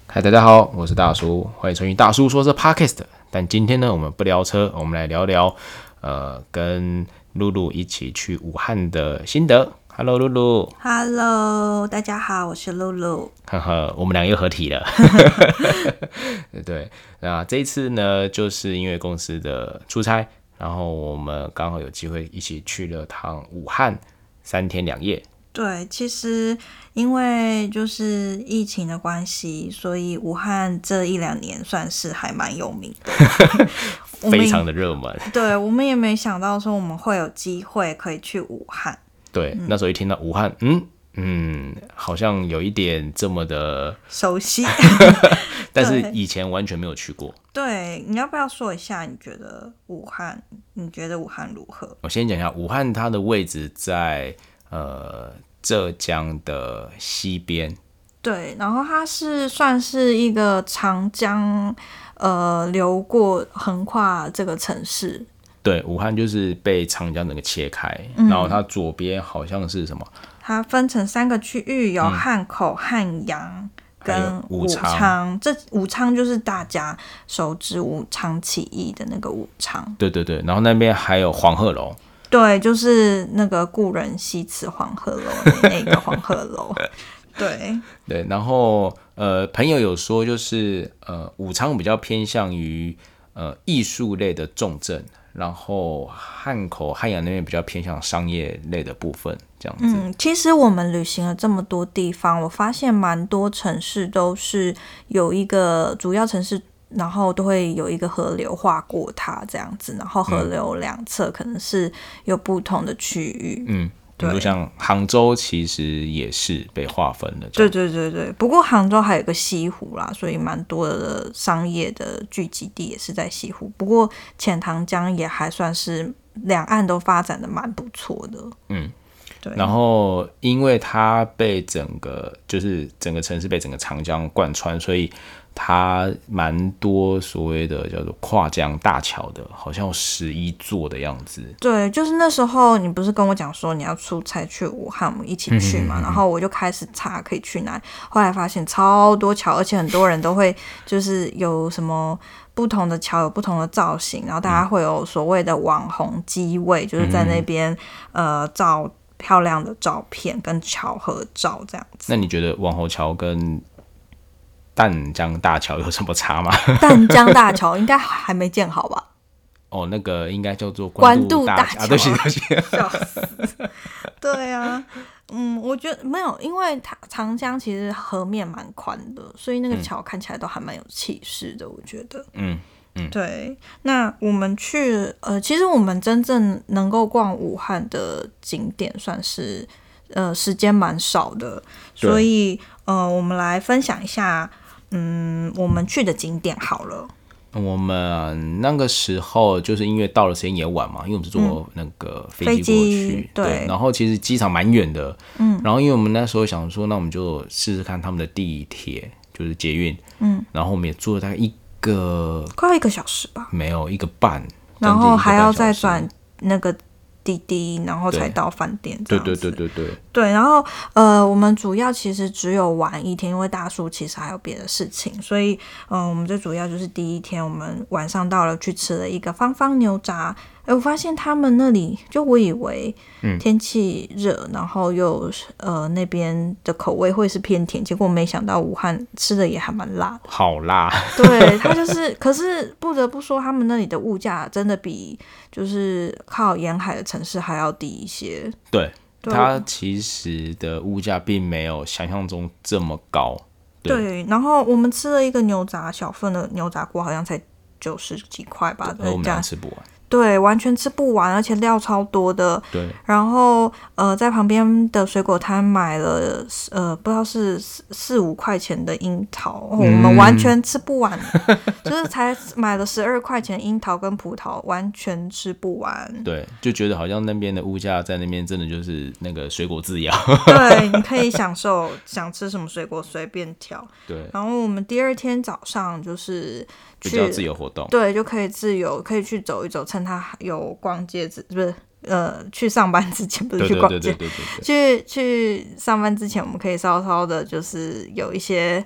嗨，大家好，我是大叔，欢迎收听大叔说车 Podcast。但今天呢，我们不聊车，我们来聊聊跟露露一起去武汉的心得。Hello， 露露。 Hello，大家好，我是露露。 呵呵，我们两个又合体了。对，那这一次呢，就是因为公司的出差，然后我们刚好有机会一起去了趟武汉3天2夜。 对，其实因为就是疫情的关系，所以武汉这1-2年算是还蛮有名的， 非常的热门。 对，我们也没想到说我们会有机会可以去武汉。 对，那时候一听到武汉，好像有一点这么的熟悉， 但是以前完全没有去过。 对，你要不要说一下？你觉得武汉如何？ 我先讲一下，武汉它的位置在浙江的西边。 对，然后它算是一个长江流过横跨这个城市。 对，武汉就是被长江整个切开，然后它左边好像是什么？ 它分成3个区域，有汉口、汉阳跟武昌。这武昌就是大家熟知武昌起义的那个武昌。 对对对，然后那边还有黄鹤楼。 对，就是那个故人西辞黄鹤楼的那个黄鹤楼。对对，然后朋友有说，就是武昌比较偏向于艺术类的重镇，然后汉口、汉阳那边比较偏向商业类的部分，这样子。 其实我们旅行了这么多地方，我发现蛮多城市都是有一个主要城市，然后都会有一个河流划过它这样子，然后河流两侧可能是有不同的区域。 比如像杭州其实也是被划分了。 对对对对，不过杭州还有一个西湖啦，所以蛮多的商业的聚集地也是在西湖。不过钱塘江也还算是两岸都发展的蛮不错的。对。 然后因为它被整个城市被整个长江贯穿，所以它蛮多所谓的叫做跨江大桥的，好像有11座的样子。 对，就是那时候你不是跟我讲说你要出差去武汉，我们一起去嘛，然后我就开始查可以去哪里，后来发现超多桥，而且很多人都会就是有什么不同的桥有不同的造型，然后大家会有所谓的网红机位，就是在那边照漂亮的照片跟桥合照这样子。 那你觉得网红桥跟淡江大桥有什么差吗？ 淡江大桥应该还没建好吧？ 哦，那个应该叫做关渡大桥。 对不起， 笑死。对啊，我觉得没有，因为长江其实河面蛮宽的，所以那个桥看起来都还蛮有气势的，我觉得。对，那我们去其实我们真正能够逛武汉的景点算是时间蛮少的，所以我们来分享一下我们去的景点好了。 我们那个时候就是因为到了时间也晚嘛，因为我们是坐那个飞机过去， 对， 然后其实机场蛮远的，然后因为我们那时候想说，那我们就试试看他们的地铁，就是捷运，然后我们也坐了大概快要1个小时吧， 没有1个半， 然后还要再转那个滴滴，然后才到饭店。对，然后我们主要其实只有玩1天，因为大叔其实还有别的事情，所以我们最主要就是第1天，我们晚上到了去吃了一个芳芳牛杂。我发现他们那里，就我以为天气热，然后又那边的口味会是偏甜，结果没想到武汉吃的也还蛮辣的， 好辣。 对，它就是，可是不得不说，他们那里的物价真的比就是靠沿海的城市还要低一些。 对，它其实的物价并没有想象中这么高。 对，然后我们吃了一个牛杂，小份的牛杂锅，好像才90几块吧， 我们俩吃不完。 对，完全吃不完，而且料超多的。 对， 然后在旁边的水果摊买了不知道是4-5块钱的樱桃，我们完全吃不完，就是才买了12块钱樱桃跟葡萄，完全吃不完。 对，就觉得好像那边的物价在那边真的就是那个水果自由。 对，你可以享受想吃什么水果随便挑。 对， 然后我们第2天早上就是比较自由活动， 对，就可以自由，可以去走一走，趁它有逛街不是去上班之前，不是去逛街，去上班之前，我们可以稍稍的，就是有一些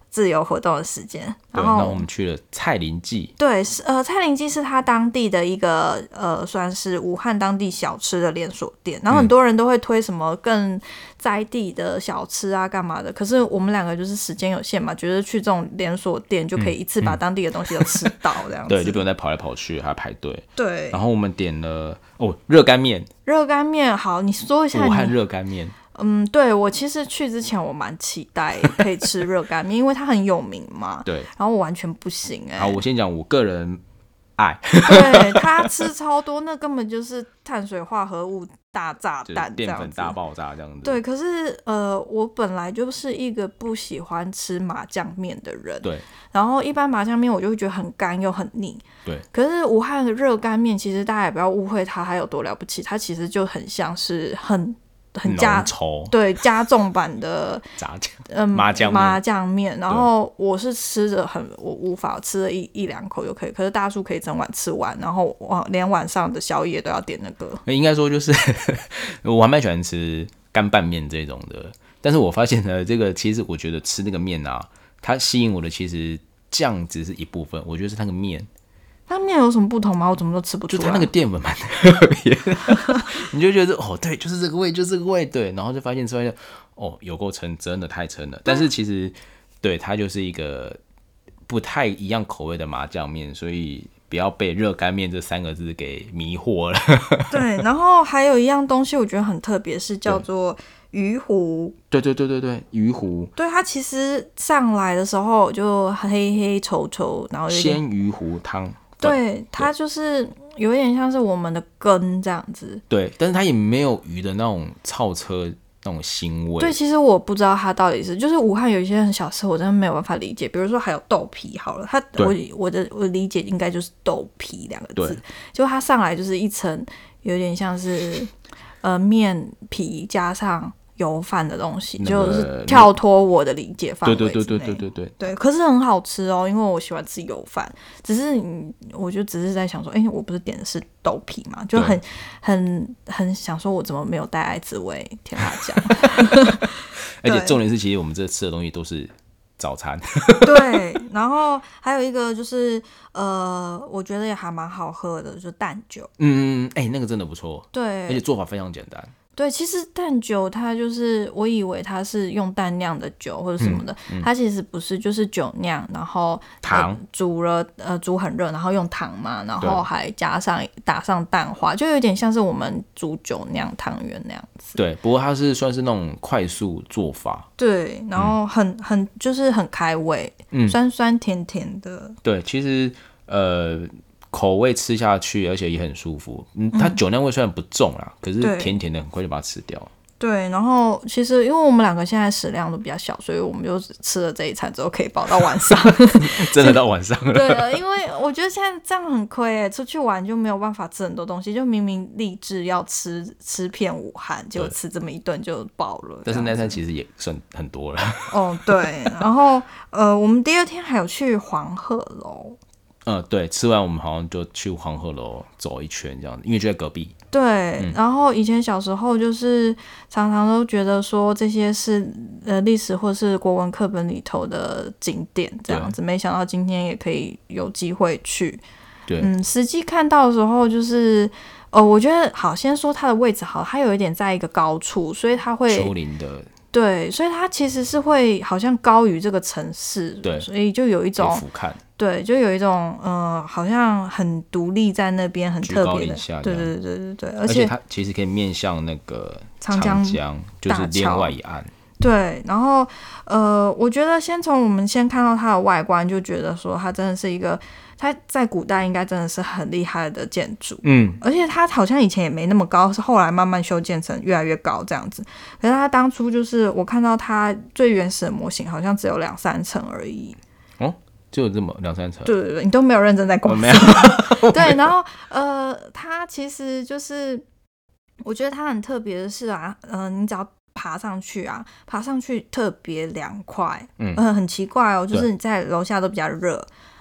自由活动的时间。 对，那我们去了蔡林记。 对，蔡林记是他当地的一个算是武汉当地小吃的连锁店，然后很多人都会推什么更在地的小吃啊干嘛的，可是我们两个就是时间有限嘛，觉得去这种连锁店就可以一次把当地的东西都吃到这样子。 对，就不用再跑来跑去还要排队。 对， 然后我们点了热干面。 热干面，好，你说一下武汉热干面。 对，我其实去之前我蛮期待可以吃热干面，因为它很有名嘛。 对， 然后我完全不行好，我先讲我个人爱。 对，他吃超多，那根本就是碳水化合物大炸弹， 淀粉大爆炸这样子。 对，可是我本来就是一个不喜欢吃麻酱面的人。 对。 然后一般麻酱面我就会觉得很干又很腻。 对。 可是武汉的热干面，其实大家也不要误会它还有多了不起，它其实就很像是很浓稠， 对，加重版的麻酱面。然后我是吃的我无法吃了一两口就可以，可是大叔可以整碗吃完，然后连晚上的宵夜都要点那个。 应该说就是我还蛮喜欢吃干拌面这种的，但是我发现呢，这个其实我觉得吃那个面啊，它吸引我的其实酱只是一部分，我觉得是那个面。 它面有什么不同吗？我怎么都吃不出来。 就它那个淀粉蛮特别的，你就觉得对，就是这个味，就是这个味，对，然后就发现吃完有够撑，真的太撑了。但是其实对它就是一个不太一样口味的麻酱面，所以不要被热干面这3个字给迷惑了。 对，然后还有一样东西我觉得很特别，是叫做鱼糊。 对，鱼糊。 对，它其实上来的时候就黑黑稠稠，然后鲜鱼糊汤。 对，它就是有一点像是我们的羹这样子。 对，但是它也没有鱼的那种超车那种腥味。 对，其实我不知道它到底是，就是武汉有一些很小吃我真的没有办法理解，比如说还有豆皮好了，我的理解应该就是豆皮2个字，就它上来就是一层有点像是面皮加上油饭的东西，就是跳脱我的理解范围之内。对，可是很好吃哦，因为我喜欢吃油饭。只是我就只是在想说，我不是点的是豆皮嘛，就很想说，我怎么没有带爱滋味甜辣酱？ 而且重点是，其实我们这吃的东西都是早餐。 对，然后还有一个就是我觉得也还蛮好喝的，就是蛋酒。 那个真的不错。 对， 而且做法非常简单。 对，其实蛋酒它就是我以为它是用蛋酿的酒或者什么的，它其实不是，就是酒酿，然后糖煮很热，然后用糖嘛，然后还打上蛋花，就有点像是我们煮酒酿汤圆那样子。 对，不过它是算是那种快速做法。 对，然后就是很开胃，酸酸甜甜的。 对，其实口味吃下去，而且也很舒服。它酒酿味虽然不重啦，可是甜甜的，很快就把它吃掉。 对，然后其实因为我们2个现在食量都比较小，所以我们就吃了这一餐之后可以饱到晚上。 真的到晚上了。 对，因为我觉得现在这样很亏出去玩就没有办法吃很多东西，就明明立志要吃遍武汉，结果吃这么一顿就饱了。 但是那餐其实也算很多了。 对，然后我们第2天还有去黄鹤楼。 对，吃完我们好像就去黄鹤楼走一圈这样子，因为就在隔壁。 对，然后以前小时候就是常常都觉得说这些是历史或是国文课本里头的景点这样子，没想到今天也可以有机会去。 对， 实际看到的时候就是我觉得好，先说它的位置好，它有一点在一个高处，所以它会丘陵的。 对，所以它其实是会好像高于这个城市， 对， 所以就有一种俯瞰。 对，就有一种好像很独立在那边，很特别的。对，而且它其实可以面向那个长江，就是另外一岸。 对，然后我觉得我们先看到它的外观，就觉得说它真的是一个，它在古代应该真的是很厉害的建筑。而且它好像以前也没那么高，是后来慢慢修建成越来越高这样子。可是它当初就是我看到它最原始的模型，好像只有2-3层而已。 就有这么2-3层。 对，你都没有认真在观察。 对，然后它其实就是我觉得它很特别的是你只要爬上去特别凉快。很奇怪哦，就是你在楼下都比较热，然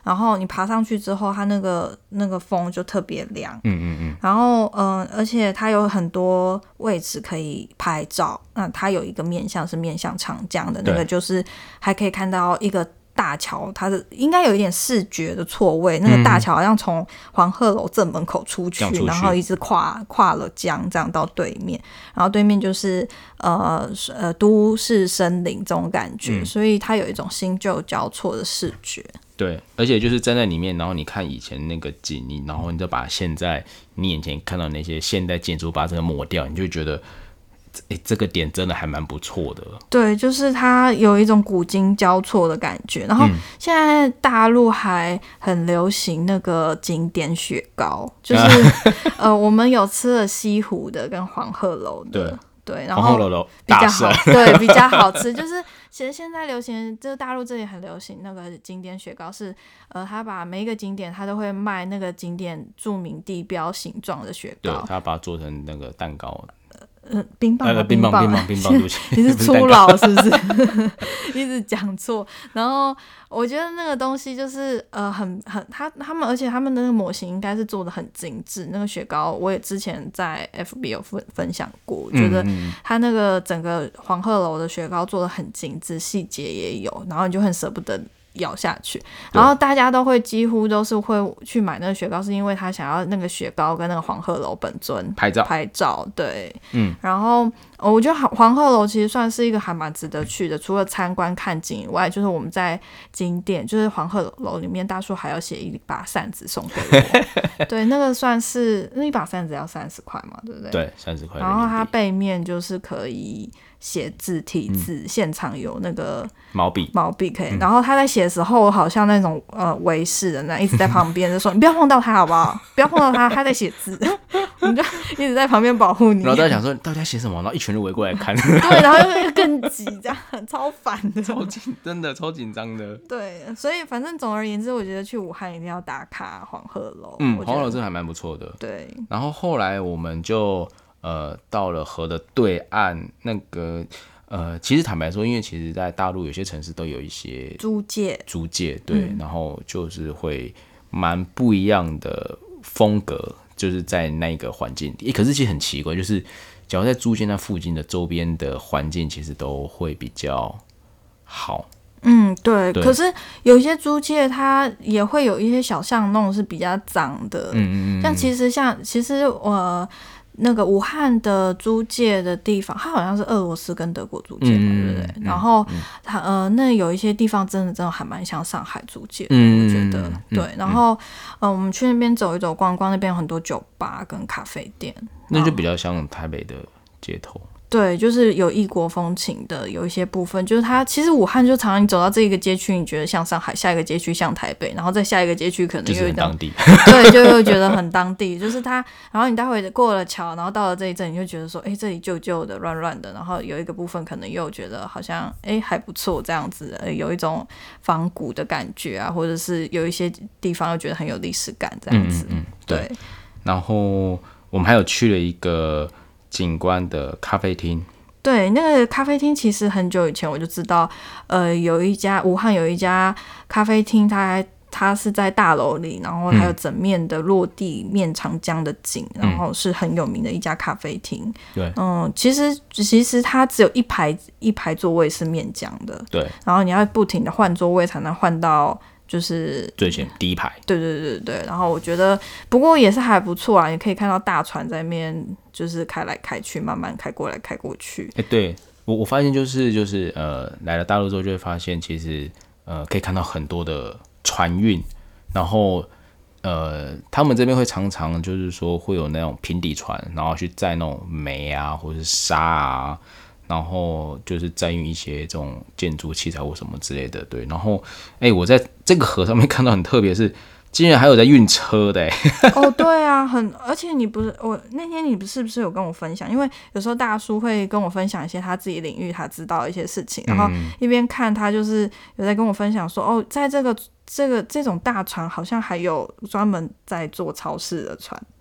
然后你爬上去之后，它那个风就特别凉，然后而且它有很多位置可以拍照，那它有一个面向是面向长江的，那个就是还可以看到一个大桥，它的应该有一点视觉的错位，那个大桥好像从黄鹤楼正门口出去，然后一直跨了江这样到对面，然后对面就是都市森林这种感觉，所以它有一种新旧交错的视觉。 对，而且就是站在里面，然后你看以前那个景，然后你就把现在你眼前看到那些现代建筑把这个抹掉，你就觉得这个点真的还蛮不错的。对，就是它有一种古今交错的感觉。然后现在大陆还很流行那个经典雪糕，就是我们有吃了西湖的跟黄鹤楼的。对，然后黄鹤楼比较好，对，比较好吃。就是其实现在流行，就是大陆这里很流行那个经典雪糕是，他把每一个景点他都会卖那个景点著名地标形状的雪糕，对，他把它做成那个蛋糕。冰棒，对不起，你是初老是不是？一直讲错。然后我觉得那个东西就是他们，而且他们的那个模型应该是做的很精致。那个雪糕我也之前在 FB 有分享过，我觉得他那个整个黄鹤楼的雪糕做的很精致，细节也有，然后你就很舍不得咬下去，然后大家都会几乎都是会去买那个雪糕，是因为他想要那个雪糕跟那个黄鹤楼本尊拍照，对，然后我觉得黄鹤楼其实算是一个还蛮值得去的，除了参观看景以外，就是我们在景点，就是黄鹤楼里面大叔还要写一把扇子送给我，对，那个算是那一把扇子要30块嘛，对不对？对，30块。然后它背面就是可以写字体字，现场有那个毛笔可以，然后他在写的时候好像那种维士的那一直在旁边就说你不要碰到他好不好，不要碰到他在写字你就一直在旁边保护你，然后大家想说到底在写什么，然后一群人围过来看对，然后又更急这样超烦的，真的超紧张的。对，所以反正总而言之我觉得去武汉一定要打卡黄鹤楼，黄鹤楼真的还蛮不错的。对，然后后来我们就到了河的对岸那个其实坦白说，因为其实在大陆有些城市都有一些租界，对，然后就是会蛮不一样的风格，就是在那个环境可是其实很奇怪，就是假如在租界那附近的周边的环境其实都会比较好。对，可是有一些租界它也会有一些小巷弄是比较脏的，像其实那个武汉的租界的地方，它好像是俄罗斯跟德国租界嘛，对不对？然后那有一些地方真的还蛮像上海租界的，我觉得对。然后我们去那边走一走逛逛，那边有很多酒吧跟咖啡店，那就比较像台北的街头。对，就是有异国风情的，有一些部分就是它其实武汉就常常你走到这一个街区，你觉得像上海，下一个街区像台北，然后再下一个街区可能又有当地，对，就又觉得很当地，就是它。然后你待会过了桥，然后到了这一阵，你就觉得说，这里旧旧的、乱乱的，然后有一个部分可能又觉得好像还不错这样子，有一种仿古的感觉啊，或者是有一些地方又觉得很有历史感这样子。对。然后我们还有去了一个景观的咖啡厅，对，那个咖啡厅其实很久以前我就知道，武汉有一家咖啡厅，它是在大楼里，然后还有整面的落地面长江的景，然后是很有名的一家咖啡厅。对，其实它只有一排座位是面江的，对，然后你要不停的换座位才能换到。就是最前第一排，对，然后我觉得不过也是还不错啊，你可以看到大船在那边就是开来开去，慢慢开过来开过去。对，我发现就是来了大陆之后就会发现，其实可以看到很多的船运，然后他们这边会常常就是说会有那种平底船，然后去载那种煤啊或者是沙啊。然后就是载运一些这种建筑器材或什么之类的，对。然后，我在这个河上面看到很特别是，竟然还有在运车的对啊，而且我那天你是不是有跟我分享？因为有时候大叔会跟我分享一些他自己领域他知道的一些事情，然后一边看他就是有在跟我分享说，在这种大船好像还有专门在做超市的船。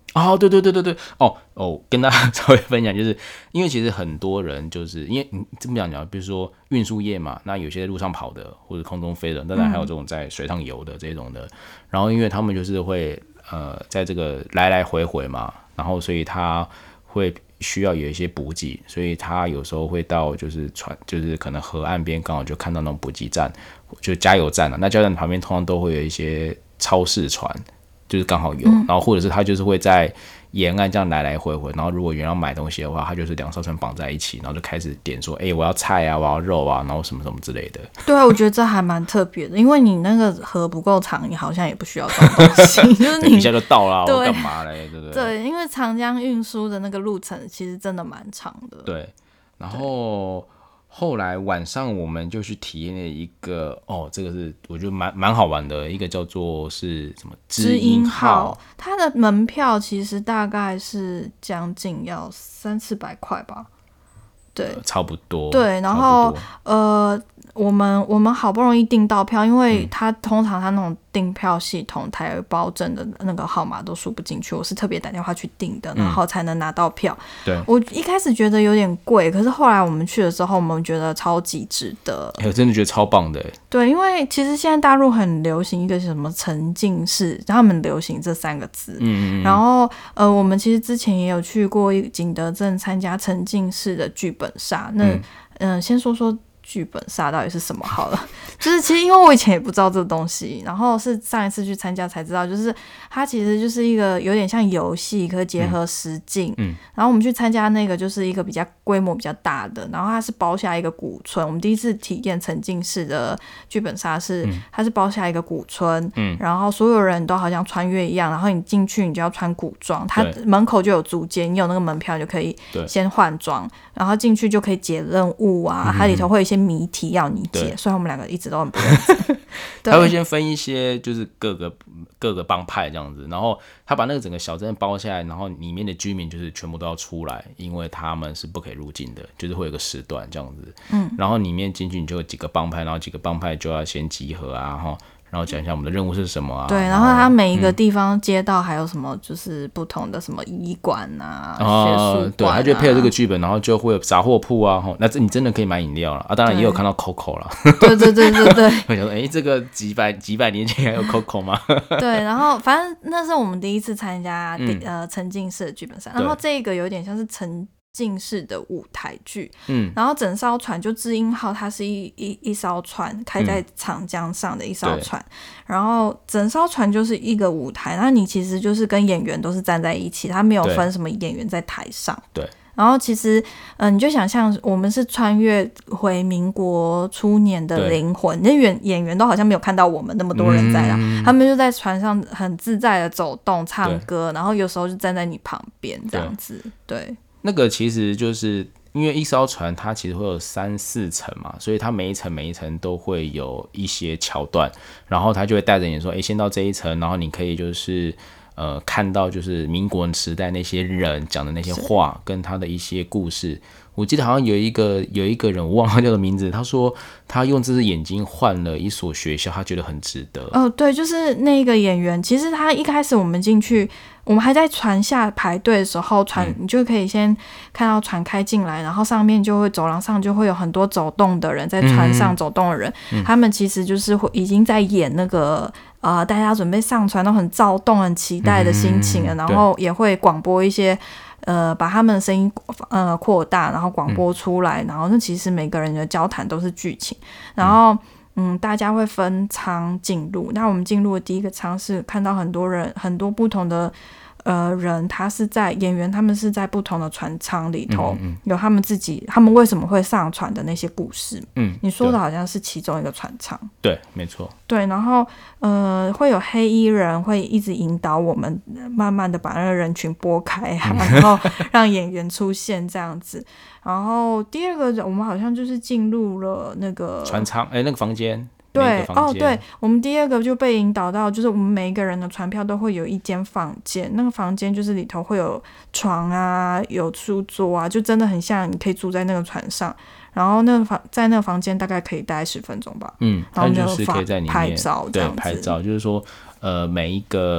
哦，对对对对对，跟大家稍微分享，就是因为其实很多人就是因为你这么讲，比如说运输业嘛，那有些在路上跑的或者空中飞的，当然还有这种在水上游的这种的，然后因为他们就是会在这个来来回回嘛，然后所以他会需要有一些补给，所以他有时候会到就是就是可能河岸边刚好就看到那种补给站，就加油站了，那加油站旁边通常都会有一些超市船。就是刚好有，然后或者是他就是会在沿岸这样来来回回，然后如果有人要买东西的话，他就是两艘船绑在一起，然后就开始点说，我要菜啊，我要肉啊，然后什么什么之类的。 对啊，我觉得这还蛮特别的，因为你那个河不够长，你好像也不需要这种东西，就是你一下就到了，我干嘛嘞？对不对？ 对，因为长江运输的那个路程其实真的蛮长的。 对，然后。后来晚上我们就去体验了一个这个是我觉得蛮好玩的一个叫做是什么知音号， 它的门票其实大概是将近要300-400块吧，对， 差不多。 对，然后我们好不容易订到票，因为它通常它那种订票系统台儿保证的那个号码都输不进去，我是特别打电话去订的，然后才能拿到票。 对， 我一开始觉得有点贵，可是后来我们去的时候，我们觉得超级值得。 我真的觉得超棒的。 对，因为其实现在大陆很流行一个什么沉浸式，他们流行这3个字。然后我们其实之前也有去过景德镇参加沉浸式的剧本杀。那先说说剧本杀到底是什么好了，就是其实因为我以前也不知道这个东西，然后是上一次去参加才知道，就是它其实就是一个有点像游戏，可是结合实境。然后我们去参加那个就是一个比较规模比较大的，然后它是包下一个古村。我们第一次体验沉浸式的剧本杀它是包下一个古村，然后所有人都好像穿越一样，然后你进去你就要穿古装，它门口就有租借，你有那个门票就可以先换装，然后进去就可以解任务啊，它里头会有一些谜题要你解，所以我们2个一直都很不认真。 他会先分一些就是各个帮派这样子，然后他把那个整个小镇包下来，然后里面的居民就是全部都要出来，因为他们是不可以入境的，就是会有个时段这样子。然后里面进去你就有几个帮派，然后几个帮派就要先集合啊，然后讲一下我们的任务是什么啊。 对，然后它每一个地方街道还有什么就是不同的什么医馆啊、学术馆啊， 对，他就配合这个剧本，然后就会有杂货铺啊，那你真的可以买饮料了啊，当然也有看到 Coco 啦。 对对对对对， 我想说，这个几百年前还有 Coco 吗？ 对，然后反正那是我们第一次参加沉浸式的剧本杀，然后这个有点像是沉浸式的舞台剧，然后整艘船就知音号，它是一艘船开在长江上的一艘船，然后整艘船就是一个舞台，那你其实就是跟演员都是站在一起，它没有分什么演员在台上， 对。 然后其实，你就想象我们是穿越回民国初年的灵魂，那演员都好像没有看到我们那么多人在啦，他们就在船上很自在的走动、唱歌，然后有时候就站在你旁边这样子，对。 那个其实就是因为一艘船它其实会有3-4层嘛，所以它每一层都会有一些桥段，然后他就会带着你说，先到这一层，然后你可以就是看到就是民国时代那些人讲的那些话跟他的一些故事。我记得好像有一个人，我忘了他叫的名字，他说他用这只眼睛换了一所学校，他觉得很值得。 对，就是那个演员，其实他一开始我们进去，我们还在船下排队的时候，你就可以先看到船开进来，然后上面就会走廊上就会有很多走动的人，在船上走动的人，他们其实就是已经在演那个大家准备上船都很躁动、很期待的心情了，然后也会广播一些。把他们的声音扩大，然后广播出来，然后那其实每个人的交谈都是剧情，然后大家会分舱进入。那我们进入的第一个舱是看到很多人，很多不同的人，演员他们是在不同的船舱里头，有他们为什么会上船的那些故事。你说的好像是其中一个船舱。 对，没错。 对，然后会有黑衣人会一直引导我们，慢慢的把那个人群拨开然后让演员出现这样子。然后第二个我们好像就是进入了那个船舱，那个房间。 对对，我们第二个就被引导到，就是我们每一个人的船票都会有一间房间，那个房间就是里头会有床啊，有书桌啊，就真的很像你可以住在那个船上。然后在那个房间大概可以待10分钟吧，然后就是可以在里面拍照， 对，拍照，就是说每一个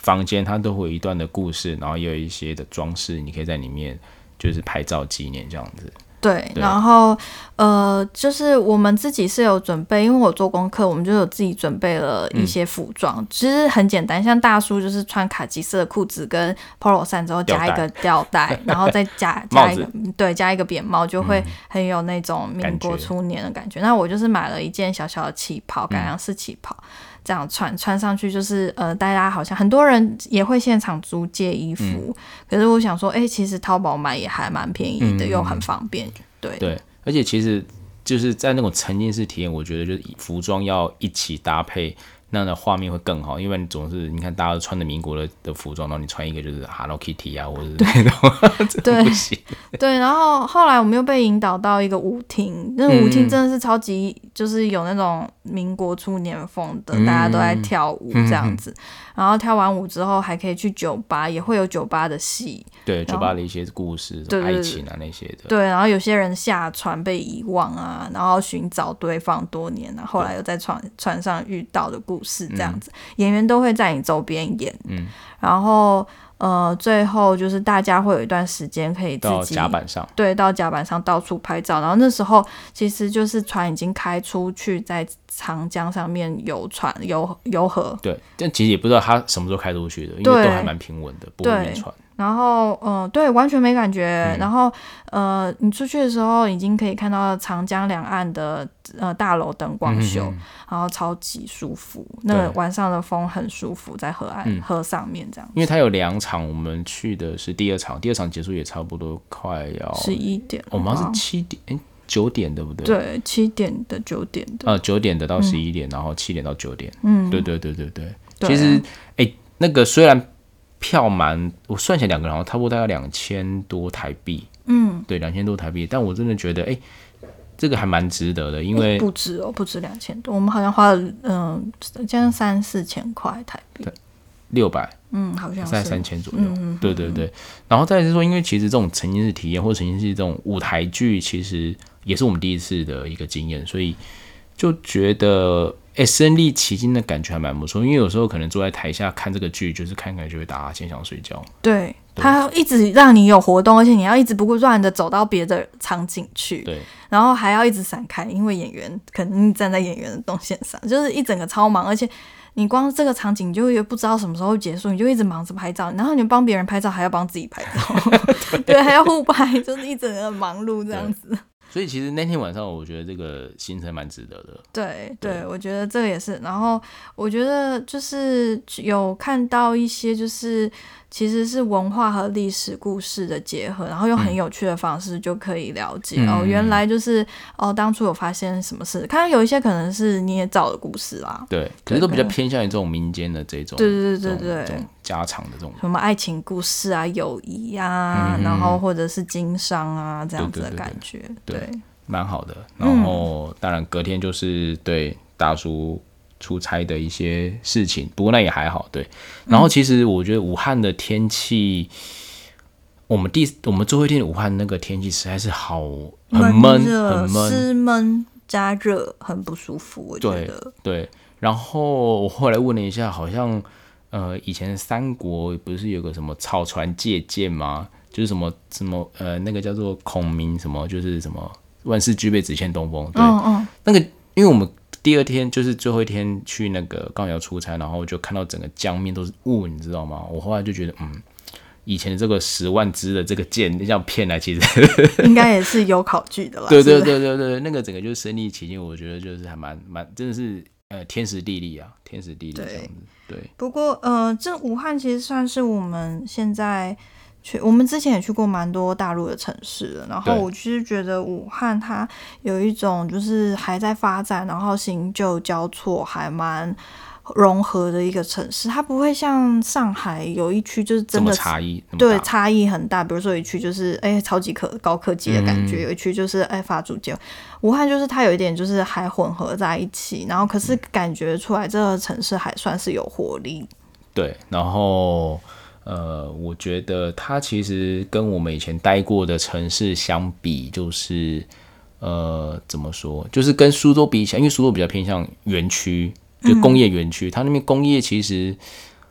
房间它都会有一段的故事，然后也有一些的装饰，你可以在里面就是拍照纪念这样子。 对，然后就是我们自己是有准备，因为我做功课，我们就有自己准备了一些服装，其实很简单，像大叔就是穿卡其色的裤子跟 polo 衫之后加一个吊带，然后再加一个加一个扁帽，就会很有那种民国初年的感觉。那我就是买了一件小小的旗袍，改良式旗袍。这样穿上去就是大家好像很多人也会现场租借衣服，可是我想说其实淘宝买也还蛮便宜的，又很方便。对， 而且其实就是在那种沉浸式体验，我觉得就是服装要一起搭配，那样的画面会更好，因为你总是你看大家都穿的民国的服装，然后你穿一个就是 Hello Kitty 啊，或者是那种对不行。 对，然后后来我们又被引导到一个舞厅，那舞厅真的是超级就是有那种民国初年风的，大家都在跳舞这样子，然后跳完舞之后还可以去酒吧，也会有酒吧的戏， 对，酒吧的一些故事，爱情啊那些的， 对，然后有些人下船被遗忘啊，然后寻找对方多年啊，后来又在船上遇到的故事这样子，演员都会在你周边演，然后最后就是大家会有一段时间可以自己到甲板上， 对，到甲板上到处拍照，然后那时候其实就是船已经开出去，在长江上面游河，对， 但其实也不知道它什么时候开出去的，因为都还蛮平稳的，不会晕船。 然后对，完全没感觉。然后你出去的时候已经可以看到长江两岸的大楼灯光秀，然后超级舒服。那个晚上的风很舒服，在河上面这样。 因为它有2场，我们去的是第二场结束也差不多快要 11点， 我们是7点9点对不对？ 对，7点的9点的 9点的到11点，然后7点到9点。对。其实那个虽然票我算起来2个人好像差不多大概2000多台币，对，2000多台币，但我真的觉得这个还蛮值得的，因为不止2000多，我们好像花了将近3-4千块台币 ，600， 好像是在3000左右，对，然后再来是说，因为其实这种沉浸式体验或沉浸式这种舞台剧，其实也是我们第一次的一个经验，所以就觉得身临其境的感觉还蛮不错，因为有时候可能坐在台下看这个剧，就是看就会打哈欠想睡觉。 对，它一直让你有活动，而且你要一直不断的走到别的场景去， 对， 然后还要一直闪开，因为演员可能站在演员的动线上，就是一整个超忙，而且你光这个场景你就会不知道什么时候结束，你就一直忙着拍照，然后你帮别人拍照还要帮自己拍照，对，还要互拍，就是一整个忙碌这样子。 所以其实那天晚上我觉得这个行程蛮值得的。 对，我觉得这个也是。然后我觉得就是有看到一些就是其实是文化和历史故事的结合，然后用很有趣的方式就可以了解原来就是当初有发生什么事。看到有一些可能是捏造的故事啦， 对，可是都比较偏向于这种民间的这种， 对， 这种家常的这种什么爱情故事啊、友谊啊，然后或者是经商啊这样子的感觉，对， 蛮好的。然后当然隔天就是对大叔出差的一些事情，不过那也还好，对。然后其实我觉得武汉的天气，我们最后一天武汉那个天气实在是很闷， 湿闷加热，很不舒服，我觉得。 对。然后我后来问了一下，好像以前三国不是有个什么草船借箭吗？就是什么那个叫做孔明什么，就是什么万事俱备只欠东风。对，那个因为我们第二天就是最后一天去那个刚好要出差，然后就看到整个江面都是雾，你知道吗？我后来就觉得以前的这个10万支的这个箭这样骗来，其实应该也是有考据的啦。 对，那个整个就是身临其境，我觉得就是还蛮真的是天时地利啊，天时地利这样子。对。 不过这武汉其实算是我们现在我们之前也去过蛮多大陆的城市了，然后我其实觉得武汉它有一种就是还在发展，然后新旧交错，还蛮融合的一个城市。它不会像上海有一区就是真的差异对差异很大，比如说有一区就是超级高科技的感觉，有一区就是法租界。武汉就是它有一点就是还混合在一起，然后可是感觉出来这个城市还算是有活力。 对，然后我觉得它其实跟我们以前待过的城市相比，就是怎么说，就是跟苏州比起来，因为苏州比较偏向园区，就工业园区，它那边工业其实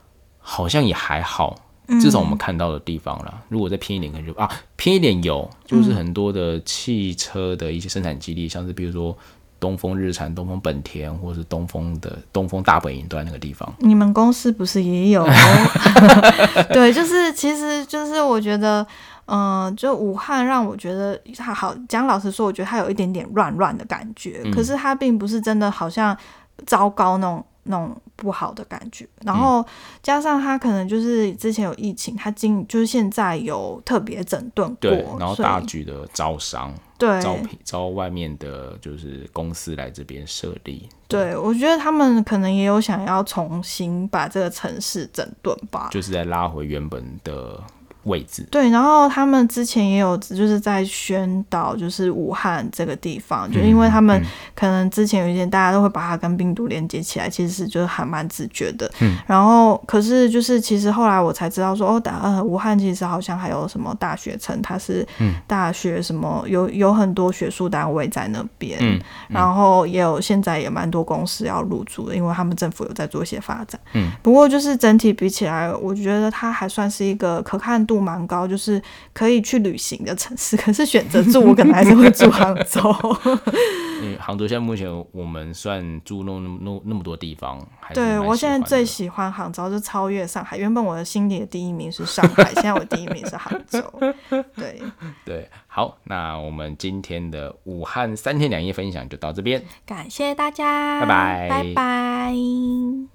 好像也还好，至少我们看到的地方啦。如果再偏一点，可能就偏一点有，就是很多的汽车的一些生产基地，像是比如说东风日产、东风本田，或是东风大本营都在那个地方。 你们公司不是也有？对，就是其实就是我觉得，就武汉让我觉得它好讲老实说，我觉得它有一点点乱乱的感觉，可是它并不是真的好像糟糕那种不好的感觉，然后加上它可能就是之前有疫情，它就是现在有特别整顿过， 对，然后大举的招商， 对， 招外面的就是公司来这边设立。 对，我觉得他们可能也有想要重新把这个城市整顿吧， 就是在拉回原本的位置。 对，然后他们之前也有就是在宣导，就是武汉这个地方，就因为他们可能之前有一些大家都会把它跟病毒连接起来，其实就是还蛮自觉的。然后可是就是其实后来我才知道说，武汉其实好像还有什么大学城，它是大学什么有很多学术单位在那边，然后现在也蛮多公司要入驻的，因为他们政府有在做一些发展。不过就是整体比起来，我觉得它还算是一个可看度蛮高，就是可以去旅行的城市。可是选择住，我可能还是会住杭州。 杭州现在目前我们算住那么多地方， 对，我现在最喜欢杭州，就超越上海。原本我的心里的第一名是上海，现在我第一名是杭州。 对，好，那我们今天的武汉3天2夜分享就到这边， 感谢大家， 拜拜， 拜拜。